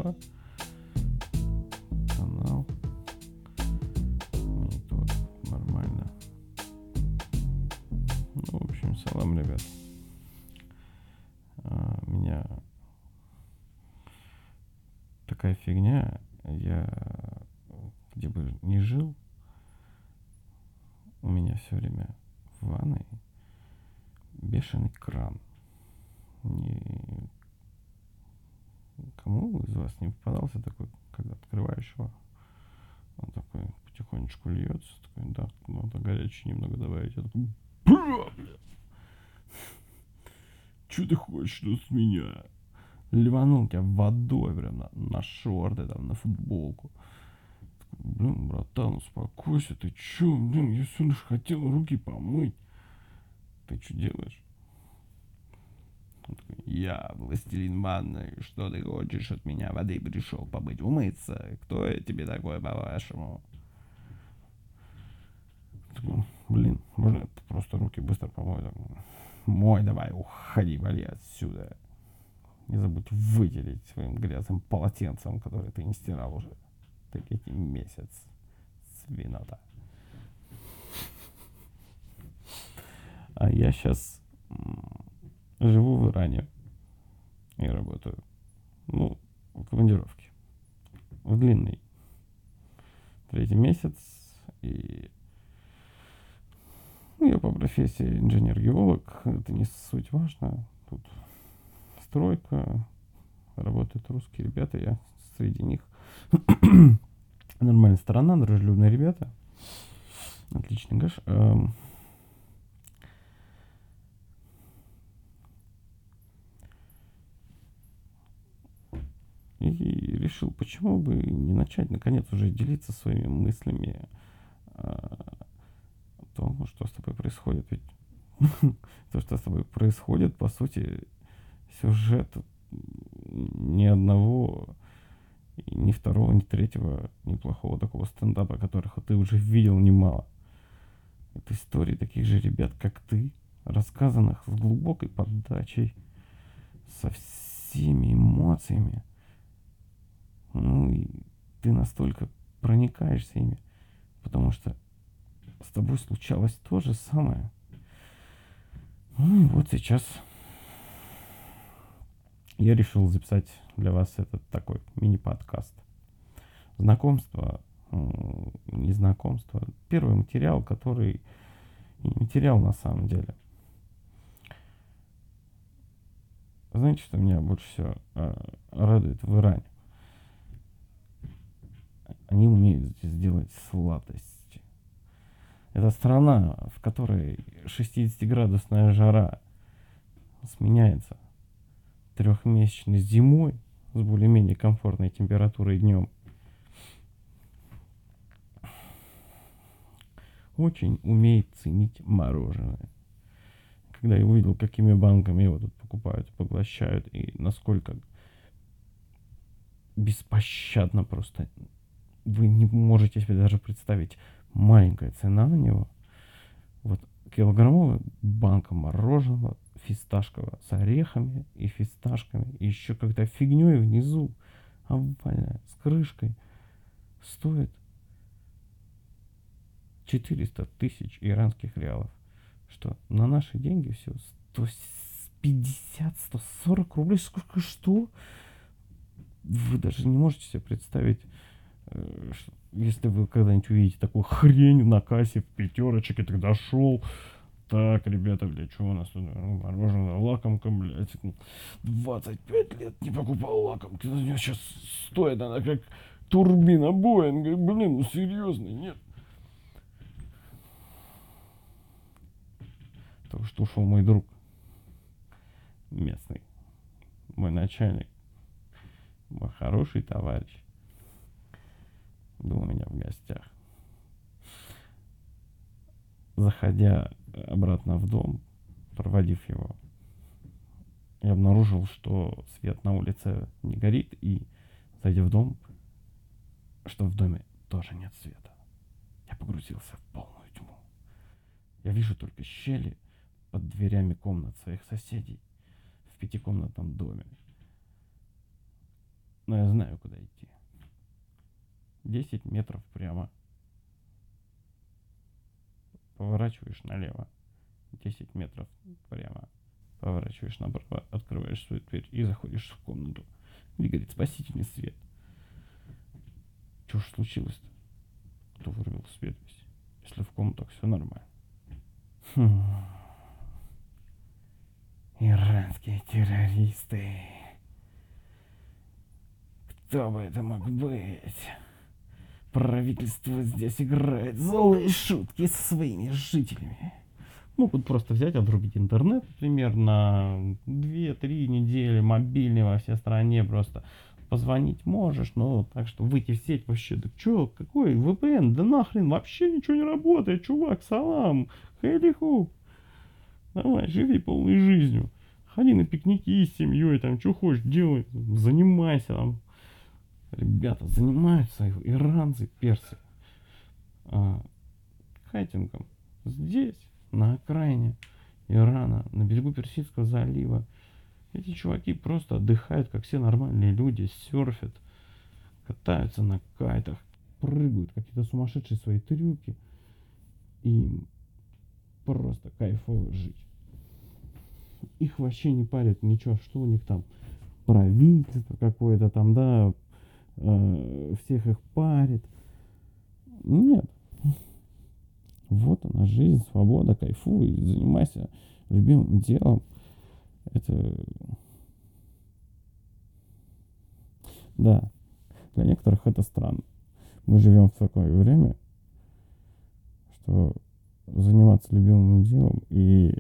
2. Канал. Монитор. Нормально. Ну, в общем, салам, ребят. Меня такая фигня. Я где бы ни жил, у меня все время в ванной бешеный кран. Кому из вас не попадался такой, когда открываешь его, он такой потихонечку льется, такой, да, надо горячий немного добавить. Я такой, что ты хочешь тут с меня? Ливанул тебя водой прям на шорты, там, на футболку. Такой, блин, братан, успокойся, ты чё, блин, я всё лишь хотел руки помыть. Ты что делаешь? Он такой, я властелин ванны, что ты хочешь от меня? Воды пришел побыть, умыться. Кто я тебе такой, по-вашему? Такой, блин, можно я просто руки быстро помою? Мой, давай, уходи, вали отсюда. Не забудь вытереть своим грязным полотенцем, которое ты не стирал уже третий месяц. Свинота. А я сейчас живу в Иране и работаю. Ну, в командировке. В длинный. Третий месяц. И я по профессии инженер-геолог. Это не суть важно. Тут стройка. Работают русские ребята. Я среди них. Нормальная сторона, дружелюбные ребята. Отличный гаш. И решил, почему бы не начать, наконец, уже делиться своими мыслями о том, что с тобой происходит. Ведь то, что с тобой происходит, по сути, сюжет ни одного, ни второго, ни третьего неплохого такого стендапа, которых ты уже видел немало. Это истории таких же ребят, как ты, рассказанных с глубокой подачей, со всеми эмоциями. Ну и ты настолько проникаешься ими, потому что с тобой случалось то же самое. Ну и вот сейчас я решил записать для вас этот такой мини-подкаст. Знакомство, не знакомство. Первый материал, который... Не материал на самом деле. Знаете, что меня больше всего радует в Иране? Они умеют сделать сладости. Это страна, в которой 60-градусная жара сменяется трехмесячной зимой с более-менее комфортной температурой днем. Очень умеет ценить мороженое. Когда я увидел, какими банками его тут покупают, поглощают, и насколько беспощадно просто вы не можете себе даже представить маленькая цена на него. Вот килограммовая банка мороженого фисташкового с орехами и фисташками, и еще когда фигней внизу, овальная, с крышкой, стоит 400 тысяч иранских реалов. Что на наши деньги все 150-140 рублей. Сколько что? Вы даже не можете себе представить, если вы когда-нибудь увидите такую хрень на кассе в пятерочек, и тогда шел. Так, ребята, блядь, что у нас тут? Мороженое, лакомка, блядь. 25 лет не покупал лакомки. У меня сейчас стоит она как турбина Боинга. Блин, ну серьезно, нет. Только что ушел мой друг местный, мой начальник, мой хороший товарищ. Был у меня в гостях. Заходя обратно в дом, проводив его, я обнаружил, что свет на улице не горит, и, зайдя в дом, что в доме тоже нет света. Я погрузился в полную тьму. Я вижу только щели под дверями комнат своих соседей в пятикомнатном доме. Но я знаю, куда идти. 10 метров прямо. Поворачиваешь налево. 10 метров прямо. Поворачиваешь направо, открываешь свою дверь и заходишь в комнату, где горит спасительный свет. Что ж случилось-то? Кто вырубил свет весь? Если в комнатах все нормально. Иранские террористы. Кто бы это мог быть? Правительство здесь играет злые шутки со своими жителями. Могут просто взять, отрубить интернет, например, на 2-3 недели, мобильный во всей стране, просто позвонить можешь, но так что выйти в сеть вообще, да чё, какой VPN, да нахрен, вообще ничего не работает, чувак, салам, хейлиху, давай, живи полной жизнью, ходи на пикники с семьей, там, что хочешь делай, занимайся, там, ребята занимаются, иранцы, персы, хайтингом здесь, на окраине Ирана, на берегу Персидского залива. Эти чуваки просто отдыхают, как все нормальные люди, серфят, катаются на кайтах, прыгают, какие-то сумасшедшие свои трюки. И просто кайфово жить. Их вообще не парит ничего, что у них там правительство какое-то там, да, всех их парит. Нет. Вот она, жизнь, свобода, кайфуй, занимайся любимым делом. Это... Да, для некоторых это странно. Мы живем в такое время, что заниматься любимым делом и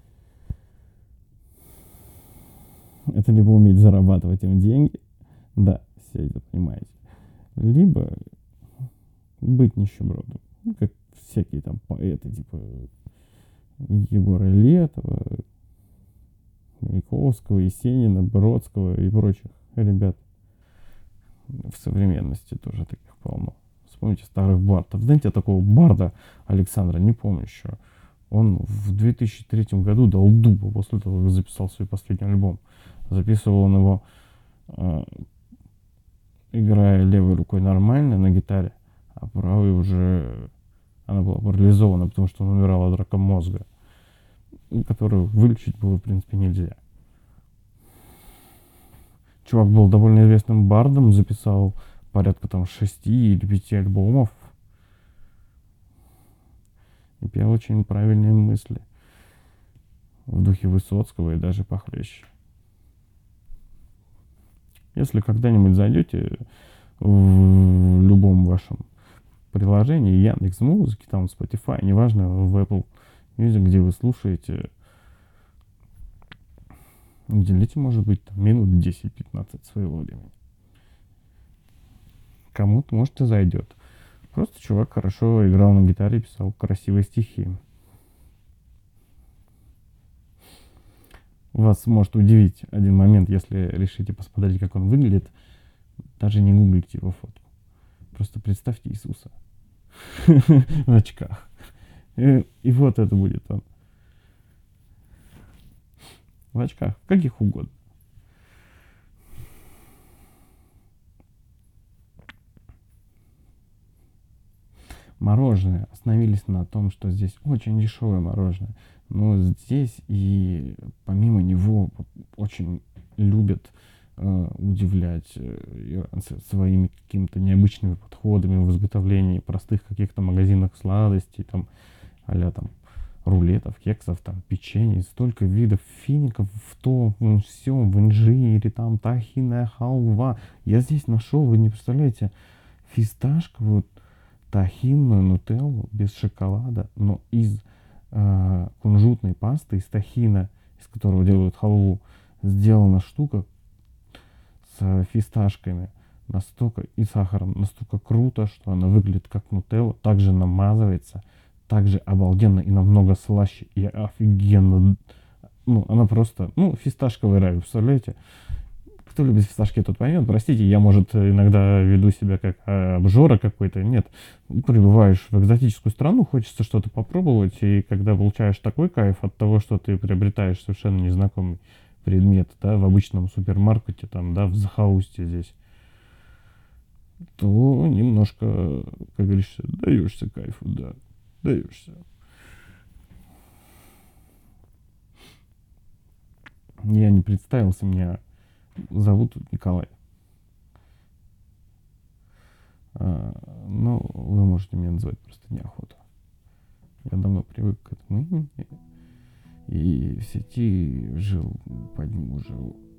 это либо уметь зарабатывать им деньги, да, все это понимаете, либо быть нищебродом, как всякие там поэты, типа Егора Летова, Маяковского, Есенина, Бродского и прочих ребят. В современности тоже таких полно. Вспомните старых бардов. Знаете, такого барда Александра, не помню еще. Он в 2003 году дал дуба после того, как записал свой последний альбом. Записывал он его, играя левой рукой нормально на гитаре, а правой уже она была парализована, потому что он умирал от рака мозга, которую вылечить было, в принципе, нельзя. Чувак был довольно известным бардом, записал порядка там 6 или 5 альбомов. И пел очень правильные мысли. В духе Высоцкого и даже похлеще. Если когда-нибудь зайдете в любом вашем приложении, Яндекс.Музыки, там Spotify, неважно, в Apple Music, где вы слушаете, уделите, может быть, там, минут 10-15 своего времени. Кому-то, может, и зайдет. Просто чувак хорошо играл на гитаре, писал красивые стихи. Вас может удивить один момент, если решите посмотреть, как он выглядит. Даже не гуглите его фотку. Просто представьте Иисуса в очках. И вот это будет он. В очках, каких угодно. Мороженое. Остановились на том, что здесь очень дешевое мороженое. Но здесь и помимо него очень любят удивлять иранцы своими какими-то необычными подходами в изготовлении простых каких-то магазинных сладостей, там, а-ля там рулетов, кексов, там, печенье, столько видов фиников в том, в всем, в инжире, там, тахинная халва. Я здесь нашел, вы не представляете, фисташковую тахинную нутеллу без шоколада, но из кунжутной пасты, из тахина, из которого делают халву, сделана штука с фисташками настолько и сахаром настолько круто, что она выглядит как нутелла, также намазывается, также обалденно и намного слаще и офигенно. Ну, она просто, фисташковый рай, представляете? Кто любит фисташки, тот поймет. Простите, я, может, иногда веду себя как обжора какой-то. Нет, прибываешь в экзотическую страну, хочется что-то попробовать, и когда получаешь такой кайф от того, что ты приобретаешь совершенно незнакомый предмет, да, в обычном супермаркете, там, да, в захолустье здесь, то немножко, как говорится, даешься кайфу, да, даешься. Я не представился, меня зовут Николай. Но вы можете меня называть просто Неохота. Я давно привык к этому имени. И в сети жил под ним уже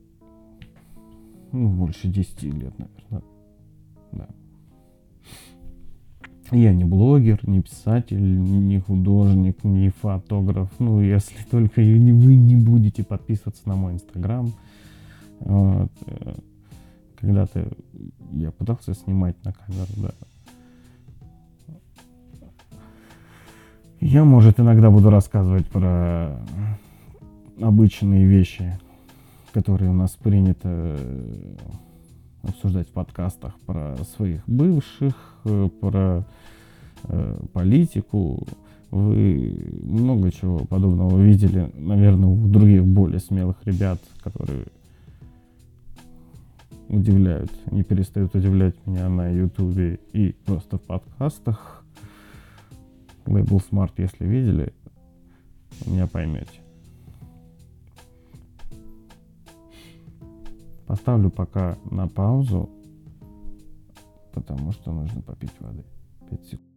больше 10 лет, наверное. Да. Я не блогер, не писатель, не художник, не фотограф. Если только вы не будете подписываться на мой инстаграм. Вот. Когда-то я пытался снимать на камеру, да. Я, может, иногда буду рассказывать про обычные вещи, которые у нас принято обсуждать в подкастах, про своих бывших, про политику. Вы много чего подобного видели, наверное, у других более смелых ребят, которые удивляют, не перестают удивлять меня на ютубе и просто в подкастах. Лейбл Smart, если видели, меня поймете. Поставлю пока на паузу, потому что нужно попить воды. 5 секунд.